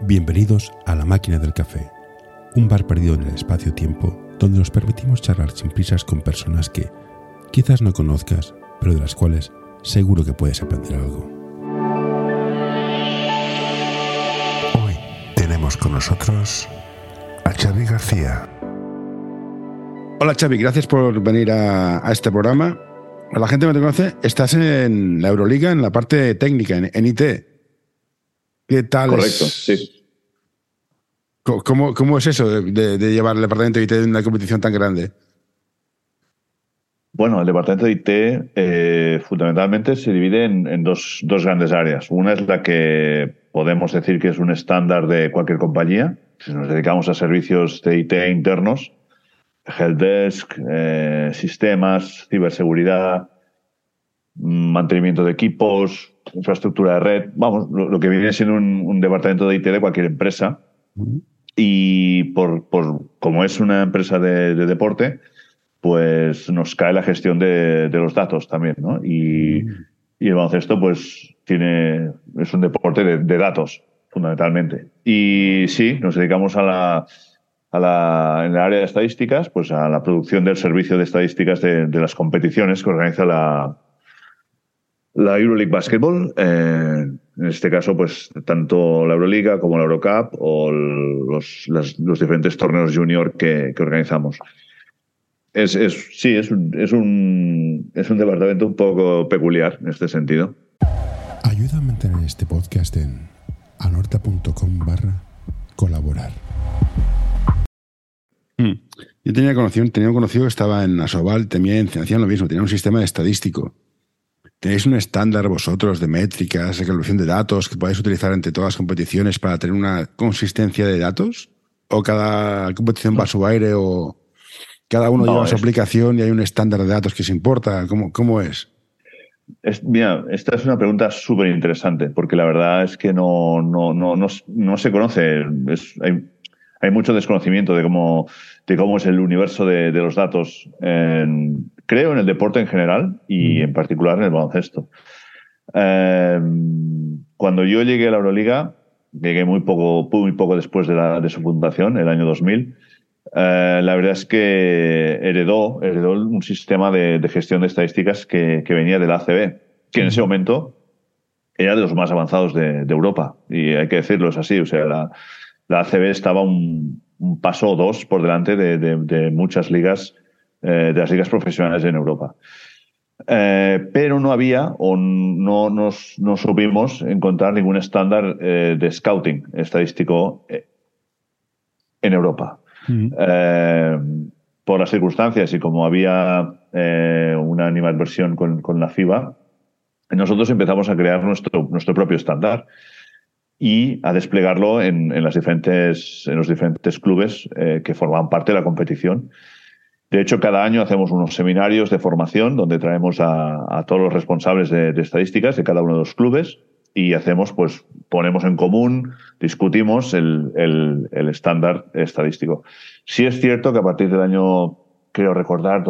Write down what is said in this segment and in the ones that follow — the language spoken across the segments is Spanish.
Bienvenidos a La Máquina del Café, un bar perdido en el espacio-tiempo donde nos permitimos charlar sin prisas con personas que quizás no conozcas, pero de las cuales seguro que puedes aprender algo. Hoy tenemos con nosotros a Xavi García. Hola Xavi, gracias por venir a este programa. A la gente que no te conoce, estás en la Euroliga, en la parte técnica, en IT. ¿Qué tal? Correcto, sí. ¿Cómo es eso de llevar el departamento de IT en una competición tan grande? Bueno, el departamento de IT fundamentalmente se divide en dos grandes áreas. Una es la que podemos decir que es un estándar de cualquier compañía. Si nos dedicamos a servicios de IT internos, helpdesk, sistemas, ciberseguridad, mantenimiento de equipos, infraestructura de red. Vamos, lo que viene siendo un departamento de IT de cualquier empresa. Y como es una empresa de deporte, pues nos cae la gestión de los datos también, ¿no? Y el baloncesto, pues, es un deporte de datos, fundamentalmente. Y sí, nos dedicamos en el área de estadísticas, pues a la producción del servicio de estadísticas de las competiciones que organiza la Euroleague Basketball. En este caso, pues tanto la Euroliga como la Eurocup o los diferentes torneos junior que organizamos. Es un departamento un poco peculiar en este sentido. Ayuda a mantener este podcast en anorta.com/colaborar. Yo tenía un conocido que estaba en Asobal, también hacían lo mismo, tenía un sistema estadístico. ¿Tenéis un estándar vosotros de métricas, de calculación de datos que podáis utilizar entre todas las competiciones para tener una consistencia de datos? ¿O cada competición va a su aire o cada uno lleva su aplicación y hay un estándar de datos que se importa? ¿Cómo es? Mira, esta es una pregunta súper interesante porque la verdad es que no se conoce. Hay mucho desconocimiento de cómo es el universo de los datos, creo, en el deporte en general y en particular en el baloncesto. Cuando yo llegué a la Euroliga, llegué muy poco después de su fundación, el año 2000. La verdad es que heredó un sistema de gestión de estadísticas que venía de la ACB, que en ese momento era de los más avanzados de Europa. Y hay que decirlo, es así. O sea, la ACB estaba un paso o dos por delante de muchas ligas, de las ligas profesionales en Europa. Pero no había o no supimos encontrar ningún estándar de scouting estadístico en Europa. Por las circunstancias y como había una animadversión con la FIBA, nosotros empezamos a crear nuestro propio estándar y a desplegarlo en los diferentes clubes que forman parte de la competición. De hecho, cada año hacemos unos seminarios de formación donde traemos a todos los responsables de estadísticas de cada uno de los clubes y ponemos en común, discutimos el estándar estadístico. Sí es cierto que a partir del año, creo recordar,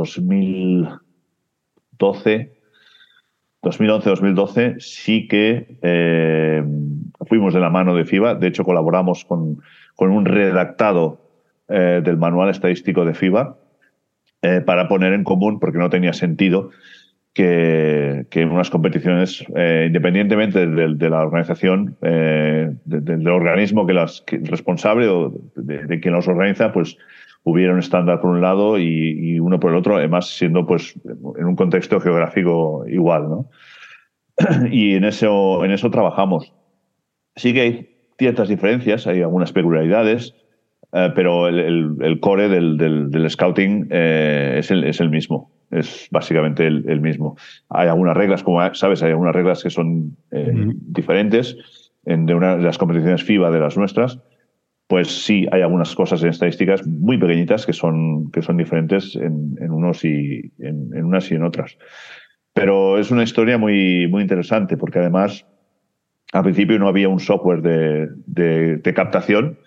2011-2012, sí que fuimos de la mano de FIBA. De hecho, colaboramos con un redactado del manual estadístico de FIBA para poner en común, porque no tenía sentido que en unas competiciones, independientemente de la organización, del organismo responsable o de quien los organiza, pues hubiera un estándar por un lado y uno por el otro, además siendo pues en un contexto geográfico igual, ¿no? Y en eso trabajamos. Sí que hay ciertas diferencias, hay algunas peculiaridades, pero el core del scouting es el mismo. Es básicamente el mismo. Hay algunas reglas, como sabes, hay algunas reglas que son diferentes de las competiciones FIBA de las nuestras. Pues sí, hay algunas cosas en estadísticas muy pequeñitas que son diferentes en unos y en unas y en otras. Pero es una historia muy, muy interesante porque además al principio no había un software de captación.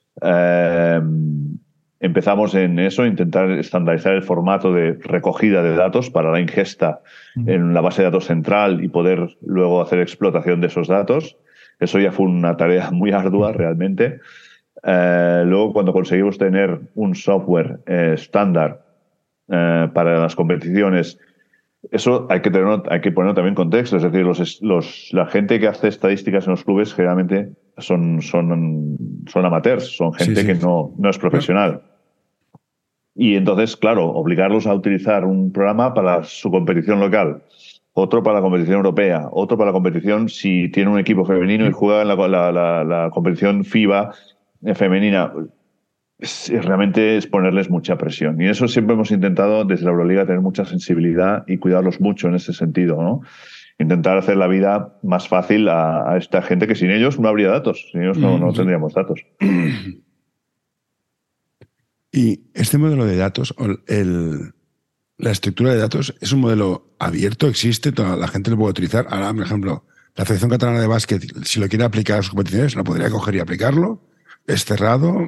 Empezamos en eso, intentar estandarizar el formato de recogida de datos para la ingesta en la base de datos central y poder luego hacer explotación de esos datos. Eso ya fue una tarea muy ardua realmente. Luego, cuando conseguimos tener un software estándar para las competiciones, eso hay que ponerlo también en contexto. Es decir, la gente que hace estadísticas en los clubes generalmente son amateurs, son gente que no es profesional. Y entonces, claro, obligarlos a utilizar un programa para su competición local, otro para la competición europea, otro para la competición si tiene un equipo femenino y juega en la competición FIBA femenina, realmente es ponerles mucha presión. Y eso siempre hemos intentado desde la Euroliga tener mucha sensibilidad y cuidarlos mucho en ese sentido, ¿no? Intentar hacer la vida más fácil a esta gente que sin ellos no habría datos, sin ellos no tendríamos datos. Y este modelo de datos, la estructura de datos, ¿es un modelo abierto? ¿Existe? ¿Toda la gente lo puede utilizar? Ahora, por ejemplo, la Federación Catalana de Básquet, si lo quiere aplicar a sus competiciones, ¿lo podría coger y aplicarlo? ¿Es cerrado?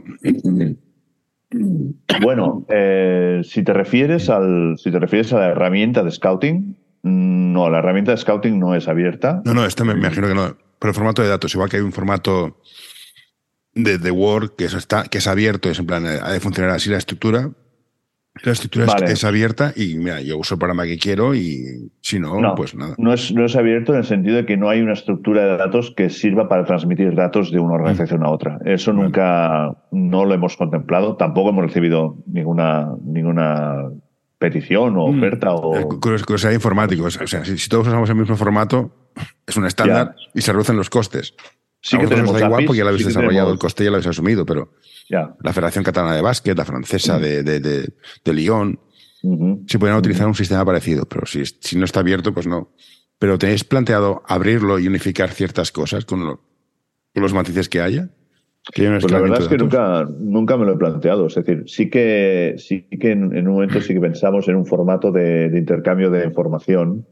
Bueno, si te refieres a la herramienta de scouting, no, la herramienta de scouting no es abierta. No, me imagino que no. Pero el formato de datos, igual que hay un formato de Word que es abierto, es en plan, ha de funcionar así la estructura. La estructura vale. es abierta y mira, yo uso el programa que quiero y si no, pues nada. No es abierto en el sentido de que no hay una estructura de datos que sirva para transmitir datos de una organización a otra. Eso nunca no lo hemos contemplado. Tampoco hemos recibido ninguna petición o oferta. Curiosidad informática. O sea, si todos usamos el mismo formato, es un estándar y se reducen los costes. Sí que tenemos da igual APIs, porque ya lo habéis desarrollado el coste, ya lo habéis asumido, pero la Federación Catalana de Básquet, la francesa de Lyon, se podrían utilizar un sistema parecido, pero si no está abierto, pues no. Pero ¿tenéis planteado abrirlo y unificar ciertas cosas con los matices que haya? Pues la verdad es que nunca me lo he planteado. Es decir, sí que en un momento sí que pensamos en un formato de intercambio de información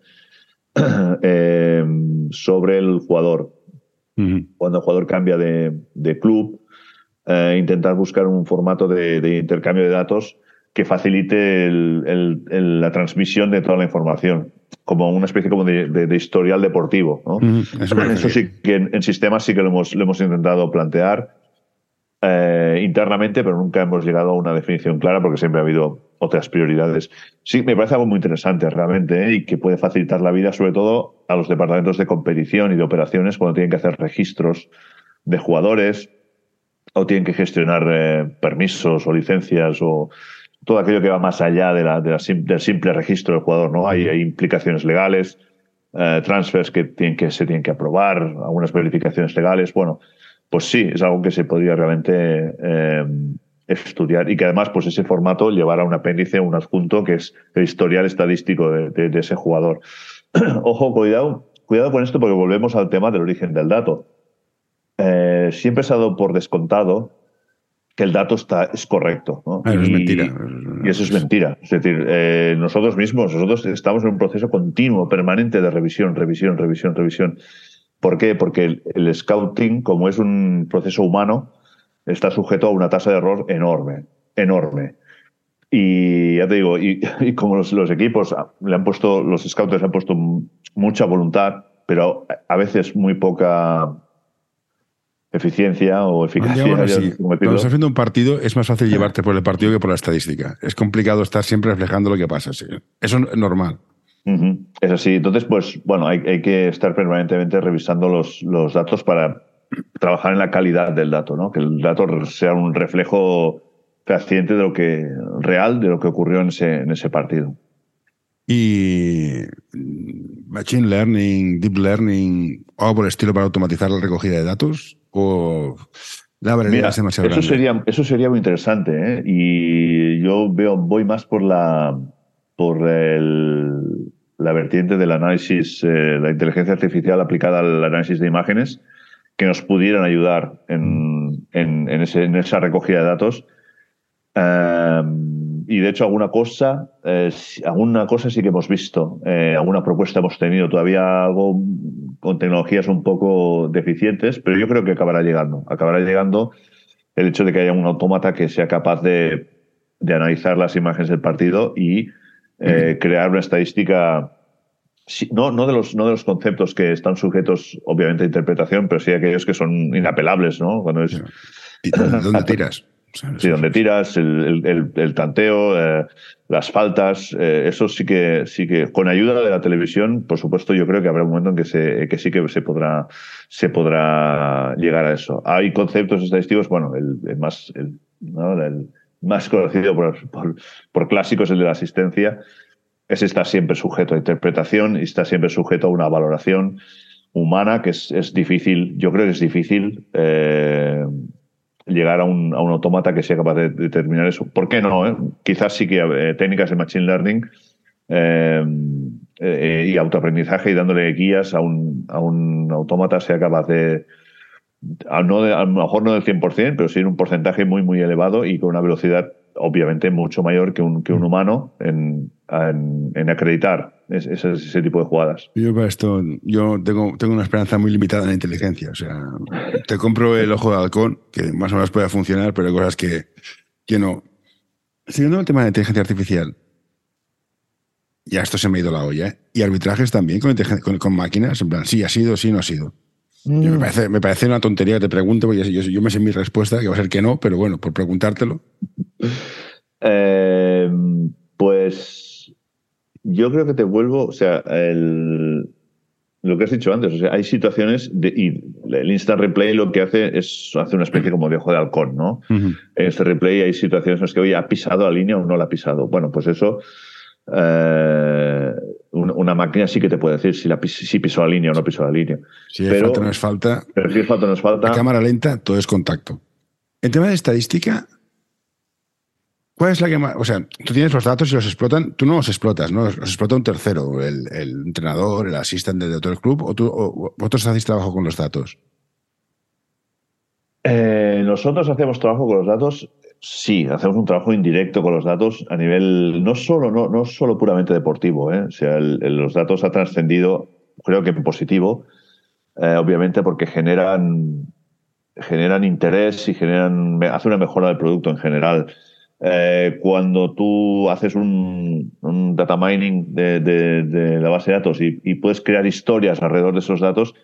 sobre el jugador. Cuando el jugador cambia de club, intentar buscar un formato de intercambio de datos que facilite la transmisión de toda la información, como una especie como de historial deportivo, ¿no? Eso sí que en sistemas sí que lo hemos intentado plantear internamente, pero nunca hemos llegado a una definición clara porque siempre ha habido otras prioridades. Sí, me parece algo muy interesante realmente, y que puede facilitar la vida sobre todo a los departamentos de competición y de operaciones cuando tienen que hacer registros de jugadores o tienen que gestionar permisos o licencias o todo aquello que va más allá del simple registro del jugador, ¿no? Hay implicaciones legales, transfers que se tienen que aprobar, algunas verificaciones legales. Bueno, pues sí, es algo que se podría realmente estudiar y que además pues ese formato llevará un apéndice, un adjunto que es el historial estadístico de ese jugador. Ojo, cuidado con esto porque volvemos al tema del origen del dato. Siempre se ha dado por descontado que el dato es correcto, ¿no? Es mentira. Y eso es mentira. Es decir, nosotros estamos en un proceso continuo, permanente de revisión. ¿Por qué? Porque el scouting, como es un proceso humano, está sujeto a una tasa de error enorme. Y ya te digo, y como los equipos los scouts le han puesto mucha voluntad, pero a veces muy poca eficiencia o eficacia. Cuando estás haciendo un partido, es más fácil llevarte por el partido que por la estadística. Es complicado estar siempre reflejando lo que pasa. Sí. Eso es normal. Es así. Entonces, pues bueno, hay que estar permanentemente revisando los datos para trabajar en la calidad del dato, ¿no? Que el dato sea un reflejo fehaciente de lo que ocurrió en ese partido. Y Machine Learning, Deep Learning, o algo por el estilo para automatizar la recogida de datos, o la variedad es demasiado grande. Eso sería muy interesante, ¿eh? Y yo voy más por la vertiente del análisis, la inteligencia artificial aplicada al análisis de imágenes, que nos pudieran ayudar en esa recogida de datos. Y de hecho alguna cosa sí que hemos visto, alguna propuesta hemos tenido, todavía algo con tecnologías un poco deficientes, pero yo creo que acabará llegando el hecho de que haya un autómata que sea capaz de analizar las imágenes del partido y crear una estadística Sí, no de los conceptos que están sujetos, obviamente, a interpretación, pero sí aquellos que son inapelables, ¿no? Cuando es ¿Dónde tiras? O sea, sí, donde tiras, el tanteo, las faltas, eso sí que con ayuda de la televisión, por supuesto, yo creo que habrá un momento en que sí que se podrá llegar a eso. Hay conceptos estadísticos, bueno, ¿no? El más conocido por clásicos, el de la asistencia. Ese está siempre sujeto a interpretación y está siempre sujeto a una valoración humana que es difícil, yo creo que es difícil llegar a un autómata que sea capaz de determinar eso. ¿Por qué no? Quizás sí que técnicas de Machine Learning y autoaprendizaje y dándole guías a un autómata sea capaz de, a lo mejor no del 100%, pero sí en un porcentaje muy, muy elevado y con una velocidad obviamente mucho mayor que un humano en acreditar ese tipo de jugadas. Yo para esto, tengo una esperanza muy limitada en la inteligencia. O sea, te compro el ojo de halcón, que más o menos pueda funcionar, pero hay cosas que no. Siguiendo el tema de inteligencia artificial, ya esto se me ha ido la olla, ¿eh? Y arbitrajes también con máquinas, en plan, sí ha sido, sí no ha sido. Me parece una tontería que te pregunte, porque yo me sé mi respuesta, que va a ser que no, pero bueno, por preguntártelo. Pues yo creo que te vuelvo, o sea, lo que has dicho antes, o sea, hay situaciones y el instant replay lo que hace es hacer una especie como de ojo de halcón, ¿no? Uh-huh. En este replay hay situaciones en las que, oye, ¿ha pisado la línea o no la ha pisado? Bueno, pues eso, una máquina sí que te puede decir si pisó la línea o no pisó la línea. Si es falta, no es falta. Pero si es falta, no es falta. A cámara lenta, todo es contacto. En tema de estadística, ¿cuál es la que más...? O sea, tú tienes los datos y los explotan, tú no los explotas, ¿no? Los explota un tercero, el entrenador, el asistente de todo el club, o vosotros hacéis trabajo con los datos. Nosotros hacemos trabajo con los datos, sí, hacemos un trabajo indirecto con los datos a nivel no solo puramente deportivo, ¿eh? O sea, los datos ha trascendido, creo que en positivo, obviamente porque generan interés y hace una mejora del producto en general. Cuando tú haces un data mining de la base de datos y puedes crear historias alrededor de esos datos,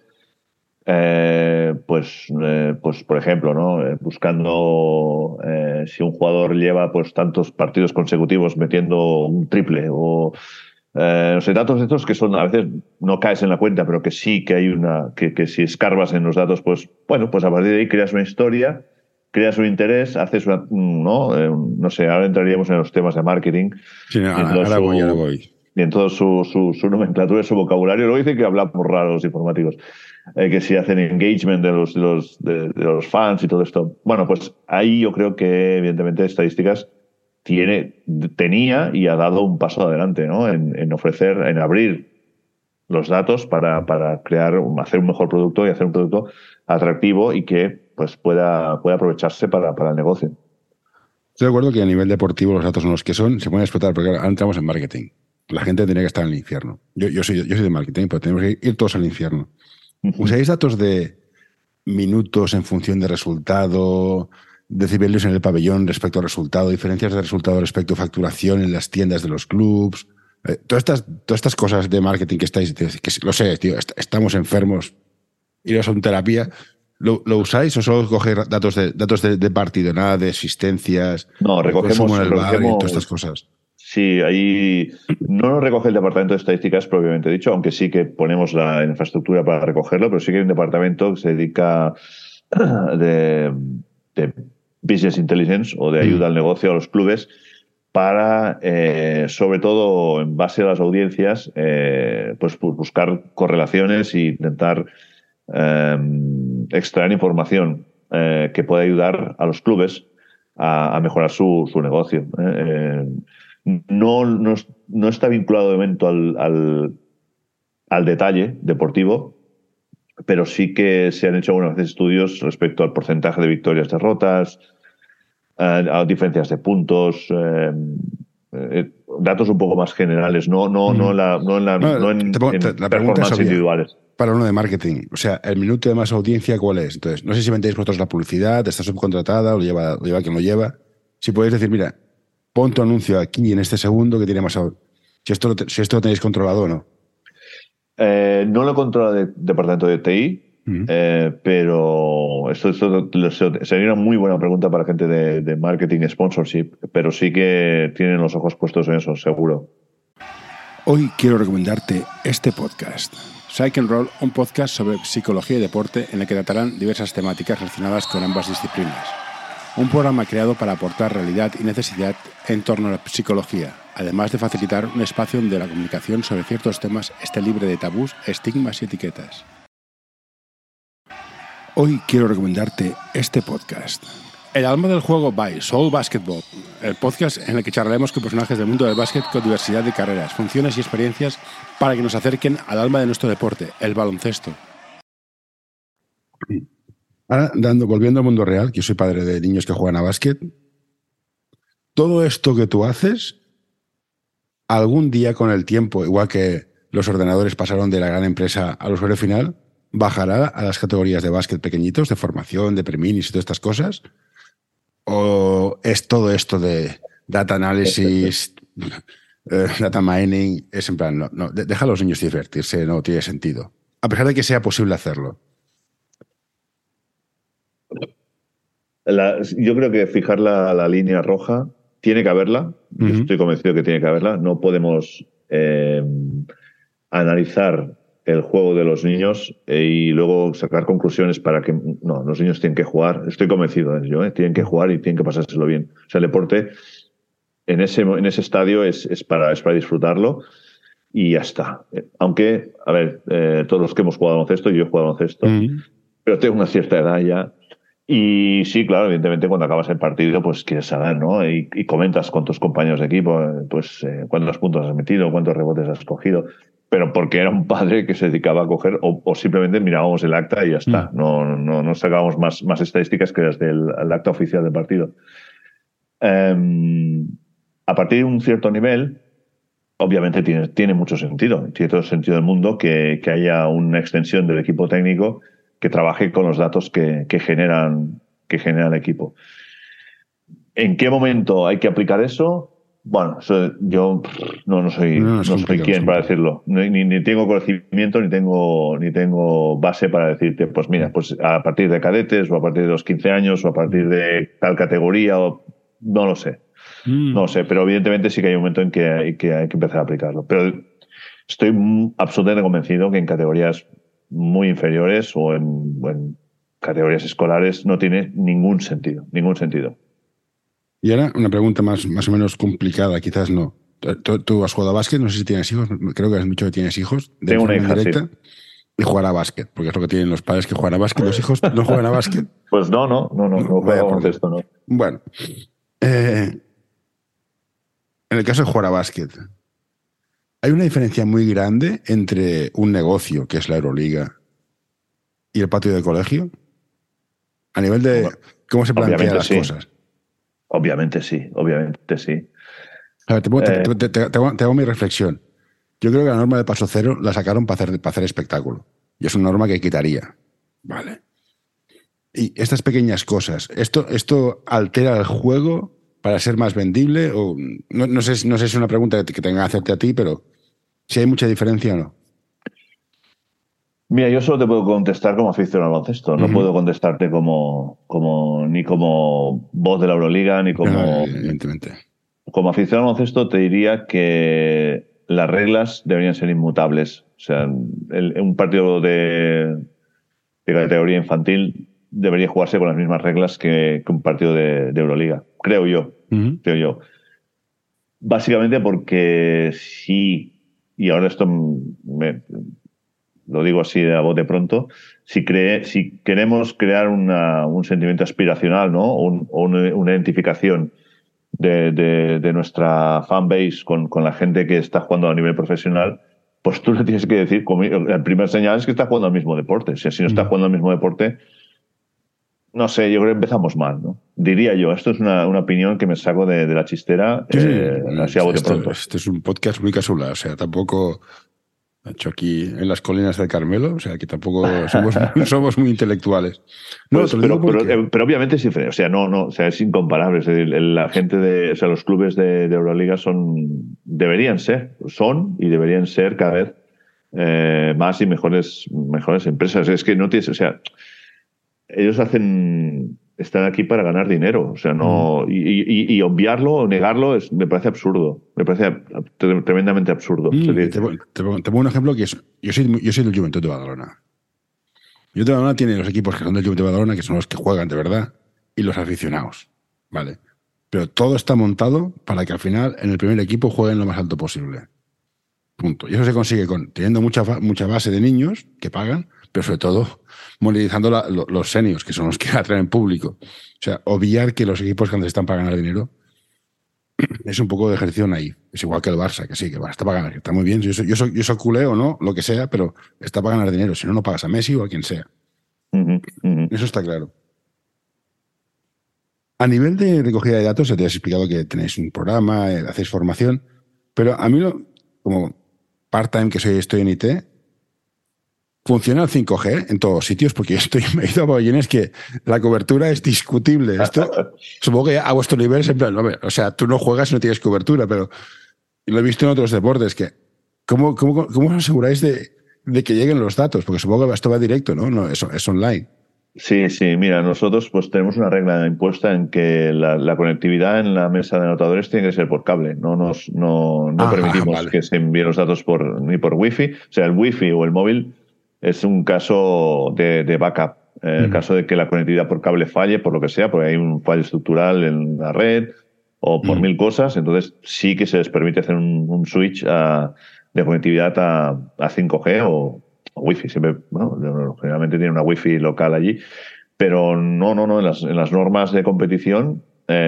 pues por ejemplo, ¿no? Buscando si un jugador lleva pues tantos partidos consecutivos metiendo un triple o no sé, datos de estos que son a veces no caes en la cuenta, pero que sí que hay que si escarbas en los datos, pues bueno, pues a partir de ahí creas una historia, creas un interés, haces no sé, ahora entraríamos en los temas de marketing. Sí, ahora voy. Y en toda su nomenclatura y su vocabulario. Luego dicen que hablamos raros los informáticos. Que si hacen engagement de los fans y todo esto. Bueno, pues ahí yo creo que evidentemente estadísticas tenía y ha dado un paso adelante, ¿no? En ofrecer, en abrir los datos para hacer un mejor producto y hacer un producto atractivo y que pues pueda aprovecharse para el negocio. Estoy de acuerdo que a nivel deportivo los datos son los que son, se pueden explotar, porque ahora entramos en marketing. La gente tiene que estar en el infierno. Yo soy de marketing, pero tenemos que ir todos al infierno. ¿Usáis datos de minutos en función de resultado, decibelios en el pabellón respecto al resultado, diferencias de resultado respecto a facturación en las tiendas de los clubs? Todas estas cosas de marketing que estáis, que lo sé, tío, estamos enfermos, iros a un terapia. ¿Lo usáis o solo cogéis datos de partido, nada de asistencias? No, recogemos en el bar y todas estas cosas. Sí, ahí no nos recoge el departamento de estadísticas propiamente dicho, aunque sí que ponemos la infraestructura para recogerlo, pero sí que hay un departamento que se dedica de business intelligence o de ayuda al negocio a los clubes para, sobre todo en base a las audiencias, pues buscar correlaciones e intentar extraer información que pueda ayudar a los clubes a mejorar su negocio. No está vinculado de momento al detalle deportivo, pero sí que se han hecho algunas veces estudios respecto al porcentaje de victorias, derrotas, a diferencias de puntos, datos un poco más generales, no en performance individuales. Para uno de marketing, o sea, el minuto de más audiencia, ¿cuál es? Entonces, no sé si vendéis vosotros la publicidad, está subcontratada o lo lleva quien lo lleva. Si podéis decir, mira, pon tu anuncio aquí en este segundo que tiene más... Si esto lo tenéis controlado o no. No lo controla el departamento de TI, pero esto sería una muy buena pregunta para gente de marketing sponsorship, pero sí que tienen los ojos puestos en eso, seguro. Hoy quiero recomendarte este podcast, Psych and Roll, un podcast sobre psicología y deporte en el que tratarán diversas temáticas relacionadas con ambas disciplinas. Un programa creado para aportar realidad y necesidad en torno a la psicología, además de facilitar un espacio donde la comunicación sobre ciertos temas esté libre de tabús, estigmas y etiquetas. Hoy quiero recomendarte este podcast, El alma del juego by Soul Basketball, el podcast en el que charlaremos con personajes del mundo del básquet con diversidad de carreras, funciones y experiencias para que nos acerquen al alma de nuestro deporte, el baloncesto. Ahora, volviendo al mundo real, que yo soy padre de niños que juegan a básquet, todo esto que tú haces, algún día con el tiempo, igual que los ordenadores pasaron de la gran empresa al usuario final, bajará a las categorías de básquet pequeñitos, de formación, de preminis y todas estas cosas. ¿O es todo esto de data analysis, data mining? Es en plan, no, deja a los niños divertirse, no tiene sentido. A pesar de que sea posible hacerlo. Yo creo que fijar la línea roja tiene que haberla. Yo estoy convencido que tiene que haberla. No podemos analizar el juego de los niños y luego sacar conclusiones para que no, los niños tienen que jugar. Estoy convencido de ello, tienen que jugar y tienen que pasárselo bien. O sea, el deporte en ese estadio es para disfrutarlo y ya está. Aunque, a ver, todos los que hemos jugado baloncesto, yo he jugado baloncesto, pero tengo una cierta edad ya. Y sí, claro, evidentemente cuando acabas el partido, pues quieres saber, ¿no? Y comentas con tus compañeros de equipo, pues cuántos puntos has metido, cuántos rebotes has cogido. Pero porque era un padre que se dedicaba a coger, o simplemente mirábamos el acta y ya está. No sacábamos más estadísticas que las del acta oficial del partido. A partir de un cierto nivel, obviamente tiene mucho sentido. Tiene todo el sentido del mundo que haya una extensión del equipo técnico que trabaje con los datos que genera el equipo. ¿En qué momento hay que aplicar eso? Bueno, yo no soy quien para decirlo. Ni tengo conocimiento, ni tengo base para decirte, pues mira, pues a partir de cadetes, o a partir de los 15 años, o a partir de tal categoría, no lo sé. No lo sé, pero evidentemente sí que hay un momento en que hay que empezar a aplicarlo. Pero estoy absolutamente convencido que en categorías muy inferiores o en categorías escolares no tiene ningún sentido. Y ahora una pregunta más o menos complicada, quizás no. ¿Tú has jugado a básquet? No sé si tienes hijos. Creo que has dicho que tienes hijos. Tengo una hija, directa, sí. Y jugar a básquet, porque es lo que tienen los padres que juegan a básquet. ¿Los hijos no juegan a básquet? Pues no juego esto, no. Bueno. En el caso de jugar a básquet, hay una diferencia muy grande entre un negocio, que es la Euroliga, y el patio de colegio. A nivel de cómo se plantean las cosas. Obviamente sí. A ver, te hago mi reflexión. Yo creo que la norma de paso cero la sacaron para hacer espectáculo. Y es una norma que quitaría. Vale. Y estas pequeñas cosas, ¿esto altera el juego para ser más vendible? O no sé si es una pregunta que tenga que hacerte a ti, pero si hay mucha diferencia o no. Mira, yo solo te puedo contestar como aficionado al baloncesto. No puedo contestarte ni como voz de la Euroliga, ni como... No, evidentemente. Como aficionado al baloncesto te diría que las reglas deberían ser inmutables. O sea, un partido de categoría infantil debería jugarse con las mismas reglas que un partido de Euroliga. Creo yo. Básicamente porque sí, y ahora esto lo digo así a bote pronto, si queremos crear un sentimiento aspiracional, ¿no? o una identificación de nuestra fanbase con la gente que está jugando a nivel profesional, pues tú le tienes que decir, el primer señal es que está jugando al mismo deporte. O sea, si no está jugando al mismo deporte, no sé, yo creo que empezamos mal, ¿no? Diría yo, esto es una opinión que me saco de la chistera, así a bote pronto. Este es un podcast muy casual, o sea, tampoco... hecho aquí en las colinas del Carmelo, o sea, que tampoco somos muy intelectuales. No, pues, pero obviamente es diferente, o sea, o sea, es incomparable. Es decir, la gente los clubes de Euroliga deberían ser cada vez más y mejores empresas. Es que no tienes, o sea, ellos están aquí para ganar dinero, o sea, no, y obviarlo o negarlo me parece absurdo, me parece tremendamente absurdo. Te pongo un ejemplo que yo soy del Juventud de Badalona. El Juventud de Badalona tiene los equipos que son del Juventud de Badalona, que son los que juegan de verdad, y los aficionados, ¿vale? Pero todo está montado para que al final en el primer equipo jueguen lo más alto posible. Punto. Y eso se consigue teniendo mucha base de niños que pagan, pero sobre todo monetizando los seniors, que son los que atraen público. O sea, obviar que los equipos que antes están para ganar dinero es un poco de ejercicio naif. Es igual que el Barça, que sí, que está para ganar, que está muy bien. Yo soy culé o no, lo que sea, pero está para ganar dinero. Si no, no pagas a Messi o a quien sea. Eso está claro. A nivel de recogida de datos, ya te has explicado que tenéis un programa, hacéis formación, pero a mí, como part-time que estoy en IT, funciona el 5G en todos sitios, porque me he ido a pabellones que la cobertura es discutible. Esto, supongo que a vuestro nivel siempre, o sea, tú no juegas y no tienes cobertura, pero lo he visto en otros deportes, que ¿cómo os aseguráis de que lleguen los datos? Porque supongo que esto va directo, ¿no? Es online. Sí, mira, nosotros pues tenemos una regla impuesta en que la conectividad en la mesa de anotadores tiene que ser por cable. No permitimos que se envíen los datos ni por wifi. O sea, el wifi o el móvil es un caso de backup. En el caso de que la conectividad por cable falle, por lo que sea, porque hay un fallo estructural en la red o por mil cosas, entonces sí que se les permite hacer un switch de conectividad a 5G o Wi-Fi. Siempre, generalmente tiene una Wi-Fi local allí, pero no, en las normas de competición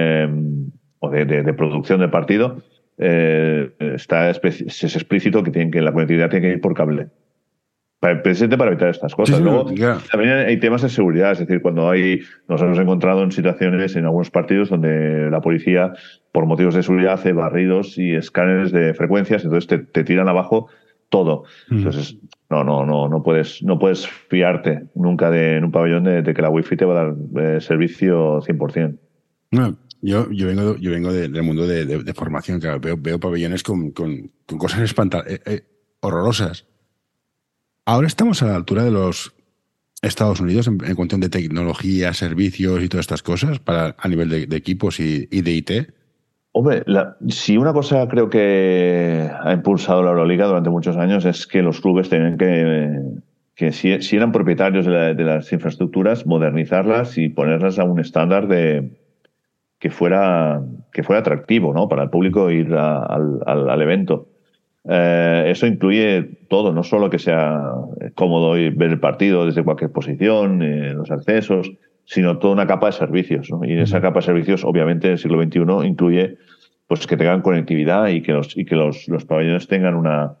o de producción del partido es explícito que la conectividad tiene que ir por cable. Precisamente para evitar estas cosas. Sí, Luego, también hay temas de seguridad, es decir, cuando nos hemos encontrado en situaciones en algunos partidos donde la policía, por motivos de seguridad, hace barridos y escáneres de frecuencias, entonces te tiran abajo todo. Entonces, no puedes fiarte nunca en un pabellón de que la Wi-Fi te va a dar servicio 100%. No, yo vengo del mundo de formación, claro, veo pabellones con cosas horrorosas. Ahora estamos a la altura de los Estados Unidos en cuestión de tecnología, servicios y todas estas cosas a nivel de equipos y de IT. Hombre, si una cosa creo que ha impulsado la Euroliga durante muchos años es que los clubes tienen que si eran propietarios de las infraestructuras, modernizarlas y ponerlas a un estándar que fuera atractivo, ¿no? Para el público ir al evento. Eso incluye todo, no solo que sea cómodo ver el partido desde cualquier posición, los accesos, sino toda una capa de servicios, ¿no? Y esa capa de servicios, obviamente, en el siglo XXI incluye pues que tengan conectividad y que los pabellones tengan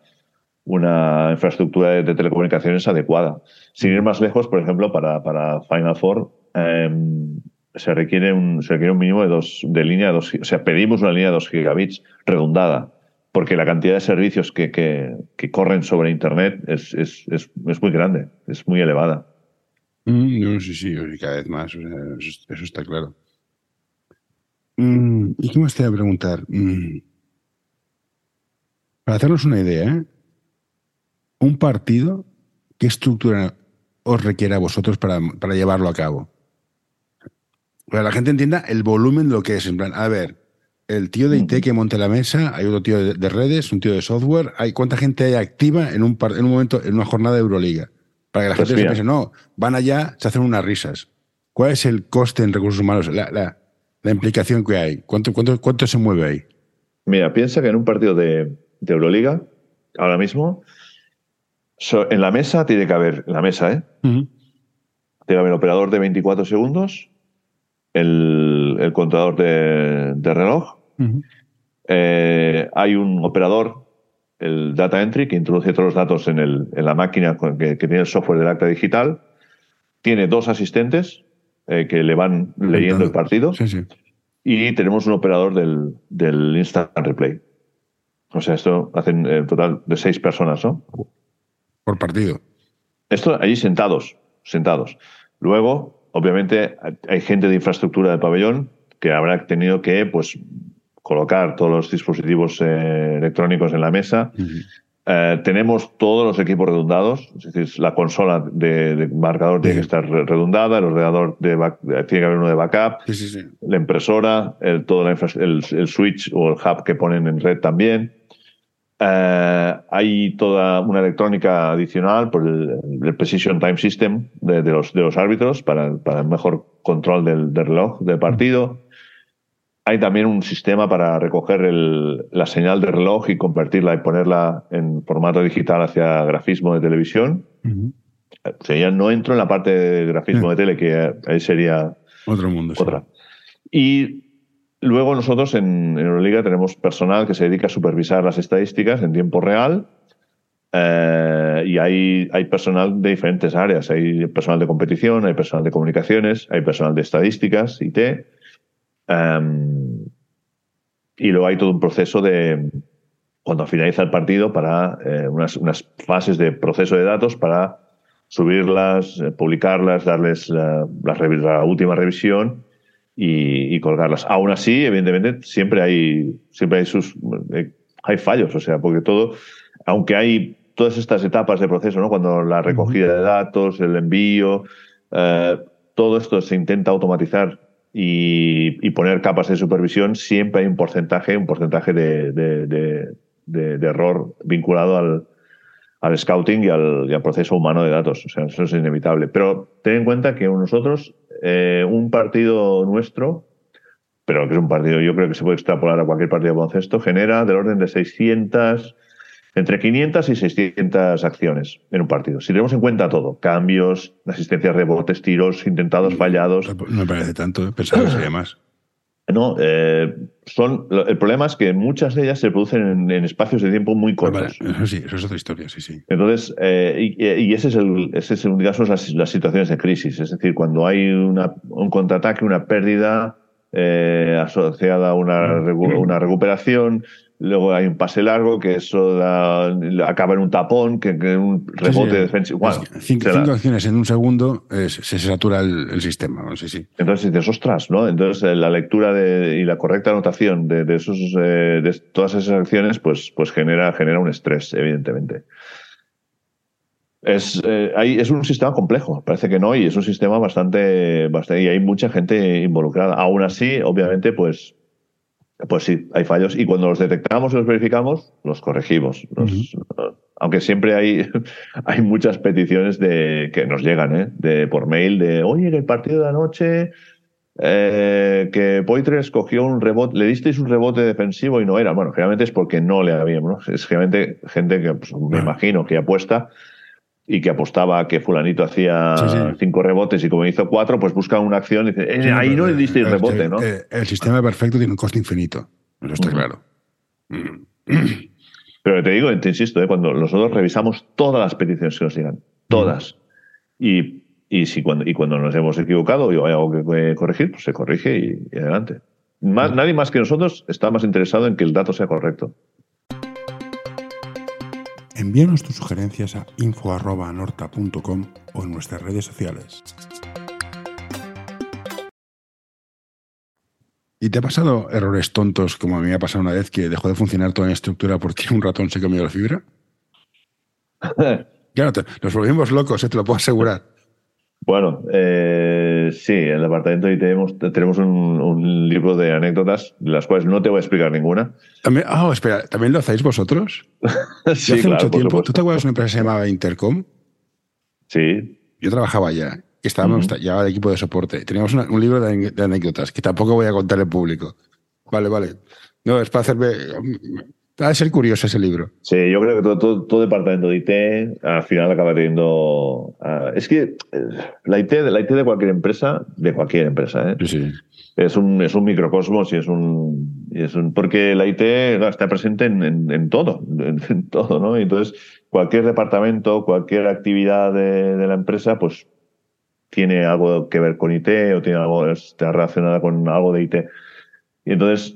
una infraestructura de telecomunicaciones adecuada. Sin ir más lejos, por ejemplo, para Final Four se requiere un mínimo de línea de 2, o sea, pedimos una línea de 2 gigabits redundada, porque la cantidad de servicios que corren sobre Internet es muy grande, es muy elevada. Sí, cada vez más, eso está claro. ¿Y qué más te voy a preguntar? Para hacernos una idea, un partido, ¿qué estructura os requiere a vosotros para llevarlo a cabo? Para que la gente entienda el volumen de lo que es. En plan, a ver, el tío de IT que monte la mesa, hay otro tío de redes, un tío de software. ¿Cuánta gente hay activa en un momento, en una jornada de Euroliga? Para que la gente se piense, no, van allá, se hacen unas risas. ¿Cuál es el coste en recursos humanos? La implicación que hay. ¿Cuánto se mueve ahí? Mira, piensa que en un partido de Euroliga, ahora mismo, en la mesa tiene que haber, tiene que haber el operador de 24 segundos, el contador de reloj, hay un operador, el data entry, que introduce todos los datos en la máquina que tiene el software del acta digital, tiene 2 asistentes que le van leyendo el partido, y tenemos un operador del instant replay. O sea, esto hacen en total de 6 personas, ¿no? Por partido. Esto allí sentados. Luego, obviamente, hay gente de infraestructura del pabellón que habrá tenido que, pues, colocar todos los dispositivos electrónicos en la mesa Tenemos todos los equipos redundados, es decir, la consola de marcador tiene que estar redundada, el ordenador tiene que haber uno de backup, Sí. la impresora, todo el switch o el hub que ponen en red también. Hay toda una electrónica adicional por el Precision Time System de los árbitros para el mejor control del reloj del partido. Hay también un sistema para recoger la señal de reloj y convertirla y ponerla en formato digital hacia grafismo de televisión. O sea, ya no entro en la parte de grafismo de tele, que ahí sería otro mundo. Otra. Sí. Y luego nosotros en Euroliga tenemos personal que se dedica a supervisar las estadísticas en tiempo real. Y hay personal de diferentes áreas. Hay personal de competición, hay personal de comunicaciones, hay personal de estadísticas, IT. Y luego hay todo un proceso de cuando finaliza el partido para unas fases de proceso de datos para subirlas, publicarlas, darles la última revisión y colgarlas. Aún así, evidentemente, siempre hay hay fallos, o sea, porque aunque hay todas estas etapas de proceso, ¿no? Cuando la recogida de datos, el envío, todo esto se intenta automatizar y poner capas de supervisión, siempre hay un porcentaje de error vinculado al scouting y al proceso humano de datos. O sea, eso es inevitable. Pero ten en cuenta que nosotros, un partido nuestro, pero que es un partido, yo creo que se puede extrapolar a cualquier partido de baloncesto, genera del orden de entre 500 y 600 acciones en un partido. Si tenemos en cuenta todo, cambios, asistencias, rebotes, tiros, intentados, fallados. No me parece tanto, pensaba que sería más. No, el problema es que muchas de ellas se producen en espacios de tiempo muy cortos. Vale, eso sí, eso es otra historia, sí. Entonces, y ese es digamos, las situaciones de crisis. Es decir, cuando hay un contraataque, una pérdida asociada a una recuperación, luego hay un pase largo, que eso acaba en un tapón, que un rebote defensivo. Bueno, cinco acciones en un segundo se satura el sistema. No sé si. Entonces dices, ostras, ¿no? Entonces la lectura y la correcta anotación de todas esas acciones, pues genera un estrés, evidentemente. Es un sistema complejo, parece que no, y es un sistema bastante y hay mucha gente involucrada. Aún así, obviamente, pues sí, hay fallos, y cuando los detectamos y los verificamos, los corregimos. Aunque siempre hay muchas peticiones que nos llegan, por mail, oye, en el partido de anoche que Poitres cogió un rebote, le disteis un rebote defensivo y no era. Bueno, generalmente es porque no le habíamos, ¿no? Es generalmente gente que me imagino que apuesta y que apostaba a que fulanito hacía 5 rebotes y como hizo 4, pues busca una acción y dice, ahí no le diste el rebote, ¿no? El sistema perfecto tiene un coste infinito, eso está claro. Pero te insisto, cuando nosotros revisamos todas las peticiones que nos llegan, todas, y cuando nos hemos equivocado o hay algo que corregir, pues se corrige y adelante. Nadie más que nosotros está más interesado en que el dato sea correcto. Envíanos tus sugerencias a info@anorta.com o en nuestras redes sociales. ¿Y te ha pasado errores tontos como a mí me ha pasado una vez que dejó de funcionar toda la estructura porque un ratón se comió la fibra? Claro, nos volvimos locos, te lo puedo asegurar. Bueno, sí, en el departamento de IT tenemos un libro de anécdotas, de las cuales no te voy a explicar ninguna. ¿También? Espera, ¿también lo hacéis vosotros? Sí, hace claro, mucho tiempo. supuesto. ¿Tú te acuerdas de una empresa que se llamaba Intercom? Sí. Yo trabajaba allá y estábamos ya el equipo de soporte. Teníamos un libro de anécdotas que tampoco voy a contar en público. Vale. No, es para hacerme... Ha de ser curioso ese libro. Sí, yo creo que todo departamento de IT al final acaba teniendo... es que la IT de cualquier empresa, Sí. es un microcosmos y porque la IT está presente en todo, en todo, ¿no? Y entonces, cualquier departamento, cualquier actividad de la empresa, pues tiene algo que ver con IT o está relacionada con algo de IT. Y entonces...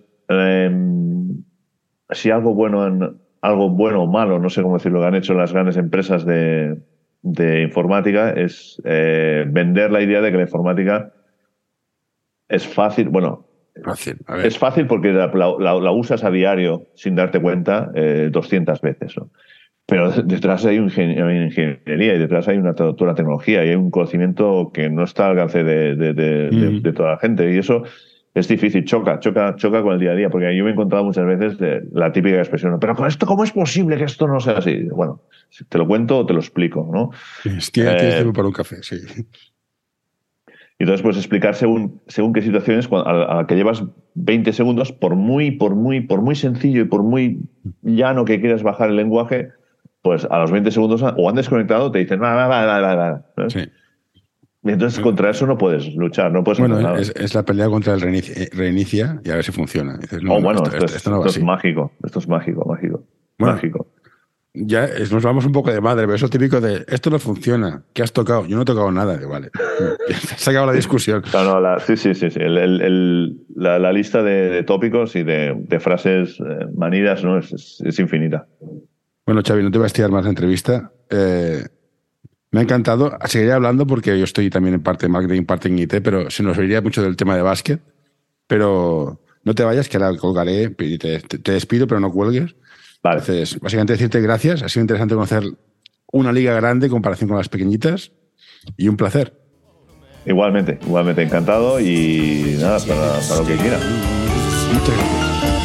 si algo bueno o malo, no sé cómo decirlo, que han hecho las grandes empresas de informática es vender la idea de que la informática es fácil. Bueno, es fácil porque la usas a diario sin darte cuenta 200 veces, ¿no? Pero detrás hay una ingeniería y detrás hay toda una tecnología y hay un conocimiento que no está al alcance de toda la gente. Y eso es difícil, choca con el día a día, porque yo me he encontrado muchas veces la típica expresión, pero con esto, ¿cómo es posible que esto no sea así? Bueno, si te lo cuento o te lo explico, ¿no? Tienes tiempo para un café, sí. Y entonces, pues explicar según qué situaciones, a la que llevas 20 segundos, por muy sencillo y por muy llano que quieras bajar el lenguaje, pues a los 20 segundos o han desconectado, te dicen, va. Sí. Y entonces contra eso no puedes luchar, no puedes hacer nada. Es la pelea contra el reinicia y a ver si funciona. Dices, esto no va así. Es mágico, esto es mágico. Bueno, mágico. Ya nos vamos un poco de madre, pero eso típico de esto no funciona. ¿Qué has tocado? Yo no he tocado nada. Vale. Se ha acabado la discusión. Sí. La lista de tópicos y de frases manidas, ¿no? Es infinita. Bueno, Xavi, no te voy a estirar más la entrevista. Me ha encantado. Seguiría hablando porque yo estoy también en parte de marketing, parte en IT, pero se nos oiría mucho del tema de básquet. Pero no te vayas, que ahora colgaré y te despido, pero no cuelgues. Vale. Entonces, básicamente decirte gracias. Ha sido interesante conocer una liga grande en comparación con las pequeñitas y un placer. Igualmente, encantado y nada, para lo que quiera. Muchas gracias.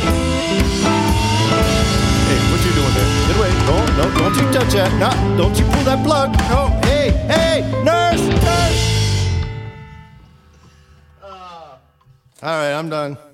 Hey, what you doing there? Get away. No, don't you touch that. No, don't you pull that plug. No, hey, nurse. All right, I'm done.